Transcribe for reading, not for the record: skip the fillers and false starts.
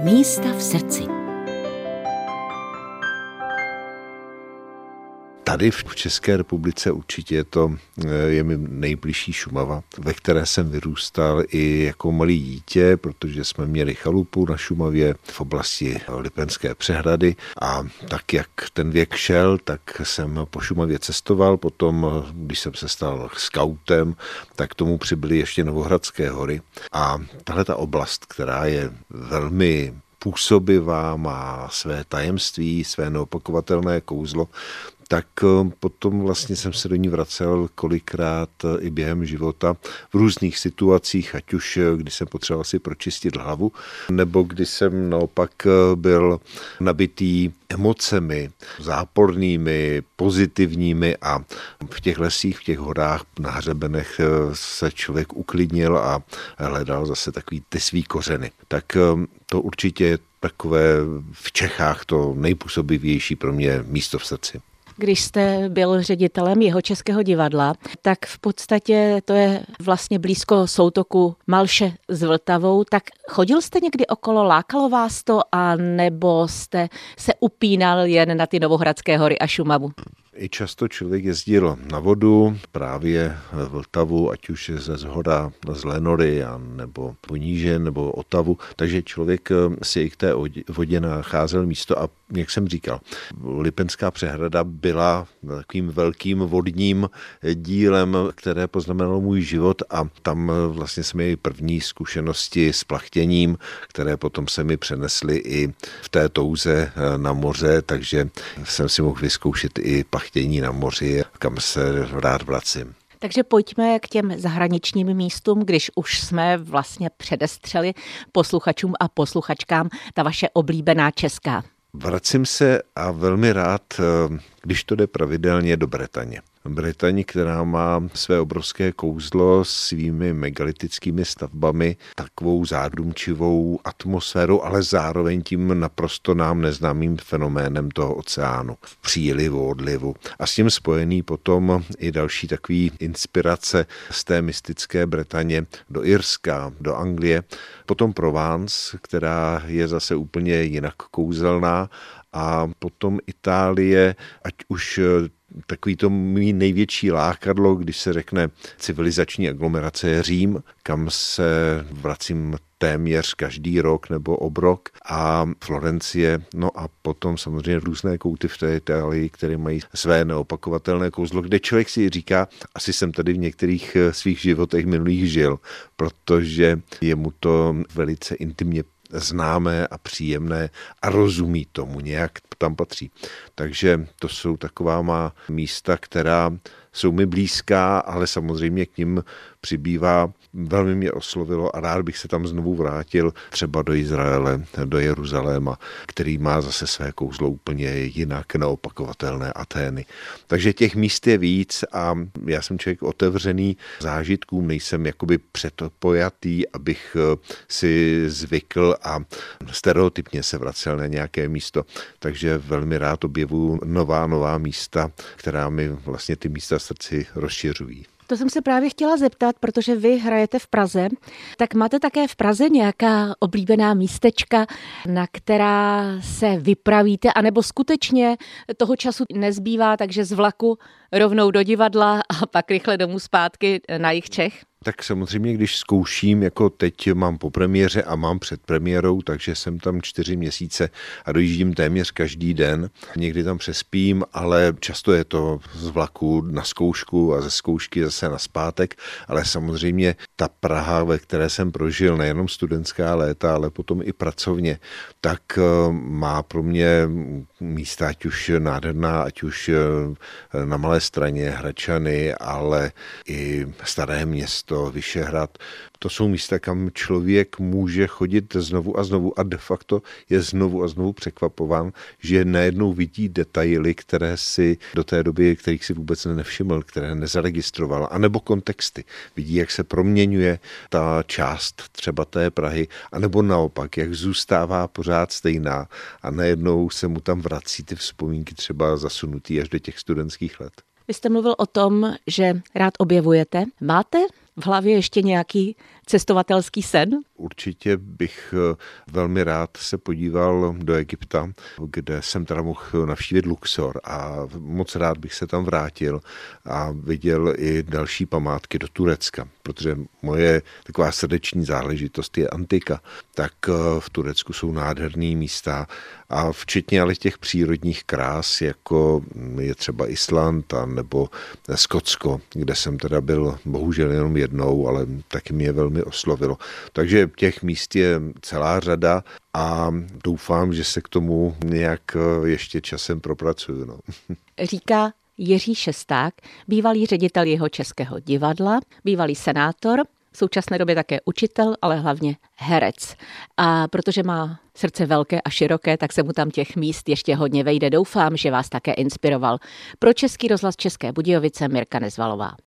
Místa v srdci. Tady v České republice určitě je mi nejbližší Šumava, ve které jsem vyrůstal i jako malý dítě, protože jsme měli chalupu na Šumavě v oblasti Lipenské přehrady a tak, jak ten věk šel, tak jsem po Šumavě cestoval. Potom, když jsem se stal skautem, tak k tomu přibyly ještě Novohradské hory. A tahle ta oblast, která je velmi působivá, má své tajemství, své neopakovatelné kouzlo, tak potom vlastně jsem se do ní vracel kolikrát i během života v různých situacích, ať už když jsem potřeboval si pročistit hlavu, nebo když jsem naopak byl nabitý emocemi zápornými, pozitivními a v těch lesích, v těch horách, na hřebenech se člověk uklidnil a hledal zase takový ty svý kořeny. Tak to určitě je takové v Čechách to nejpůsobivější pro mě místo v srdci. Když jste byl ředitelem Jihočeského divadla, tak v podstatě to je vlastně blízko soutoku Malše s Vltavou, tak chodil jste někdy okolo, lákalo vás to, a nebo jste se upínal jen na ty Novohradské hory a Šumavu? I často člověk jezdil na vodu, právě Vltavu, ať už ze Zhora, z Lenory, nebo Poníže, nebo Otavu, takže člověk si i k té vodě nacházel místo a jak jsem říkal, Lipenská přehrada byla takovým velkým vodním dílem, které poznamenalo můj život a tam vlastně jsme měli první zkušenosti s plachtěním, které potom se mi přenesly i v té touze na moře, takže jsem si mohl vyzkoušet i plachtění na moři, kam se rád vracím. Takže pojďme k těm zahraničním místům, když už jsme vlastně předestřeli posluchačům a posluchačkám ta vaše oblíbená česká. Vracím se a velmi rád, když to jde pravidelně, do Bretaně. Bretaň, která má své obrovské kouzlo svými megalitickými stavbami, takovou zádumčivou atmosférou, ale zároveň tím naprosto nám neznámým fenoménem toho oceánu, přílivu, odlivu. A s tím spojený potom i další takový inspirace z té mystické Bretaně do Irska, do Anglie, potom Provence, která je zase úplně jinak kouzelná, a potom Itálie, ať už takový to mý největší lákadlo, když se řekne civilizační aglomerace, je Řím, kam se vracím téměř každý rok nebo obrok, a Florencie, no a potom samozřejmě různé kouty v té Itálii, které mají své neopakovatelné kouzlo, kde člověk si říká, asi jsem tady v některých svých životech minulých žil, protože je mu to velice intimně známé a příjemné a rozumí tomu, nějak tam patří. Takže to jsou taková má místa, která jsou mi blízká, ale samozřejmě k nim přibývá, velmi mě oslovilo a rád bych se tam znovu vrátil, třeba do Izraele, do Jeruzaléma, který má zase své kouzlo úplně jinak neopakovatelné, Atény. Takže těch míst je víc a já jsem člověk otevřený zážitkům, nejsem jakoby předpojatý, abych si zvykl a stereotypně se vracel na nějaké místo. Takže velmi rád objevuju nová místa, která mi vlastně ty místa v srdci rozšiřují. To jsem se právě chtěla zeptat, protože vy hrajete v Praze, tak máte také v Praze nějaká oblíbená místečka, na která se vypravíte, anebo skutečně toho času nezbývá, takže z vlaku rovnou do divadla a pak rychle domů zpátky na jih Čech? Tak samozřejmě, když zkouším, jako teď mám po premiéře a mám před premiérou, takže jsem tam 4 měsíce a dojíždím téměř každý den. Někdy tam přespím, ale často je to z vlaku na zkoušku a ze zkoušky zase na zpátek, ale samozřejmě ta Praha, ve které jsem prožil nejenom studentská léta, ale potom i pracovně, tak má pro mě místa, ať už nádherná, ať už na Malé Straně, Hradčany, ale i Staré Město, Vyšehrad. To jsou místa, kam člověk může chodit znovu a znovu a de facto je znovu a znovu překvapován, že najednou vidí detaily, které si do té doby, kterých si vůbec nevšiml, které nezaregistroval, anebo kontexty. Vidí, jak se proměňuje ta část třeba té Prahy, anebo naopak, jak zůstává pořád stejná a najednou se mu tam vrací ty vzpomínky třeba zasunutý až do těch studentských let. Vy jste mluvil o tom, že rád objevujete. Máte v hlavě ještě nějaký cestovatelský sen? Určitě bych velmi rád se podíval do Egypta, kde jsem teda mohl navštívit Luxor a moc rád bych se tam vrátil a viděl i další památky do Turecka, protože moje taková srdeční záležitost je antika, tak v Turecku jsou nádherné místa a včetně ale těch přírodních krás, jako je třeba Island a nebo Skotsko, kde jsem teda byl bohužel jenom jednou, ale taky mě velmi oslovilo. Takže těch míst je celá řada a doufám, že se k tomu nějak ještě časem propracuju. No. Říká Jiří Šesták, bývalý ředitel Jihočeského divadla, bývalý senátor, v současné době také učitel, ale hlavně herec. A protože má srdce velké a široké, tak se mu tam těch míst ještě hodně vejde. Doufám, že vás také inspiroval. Pro Český rozhlas České Budějovice Mirka Nezvalová.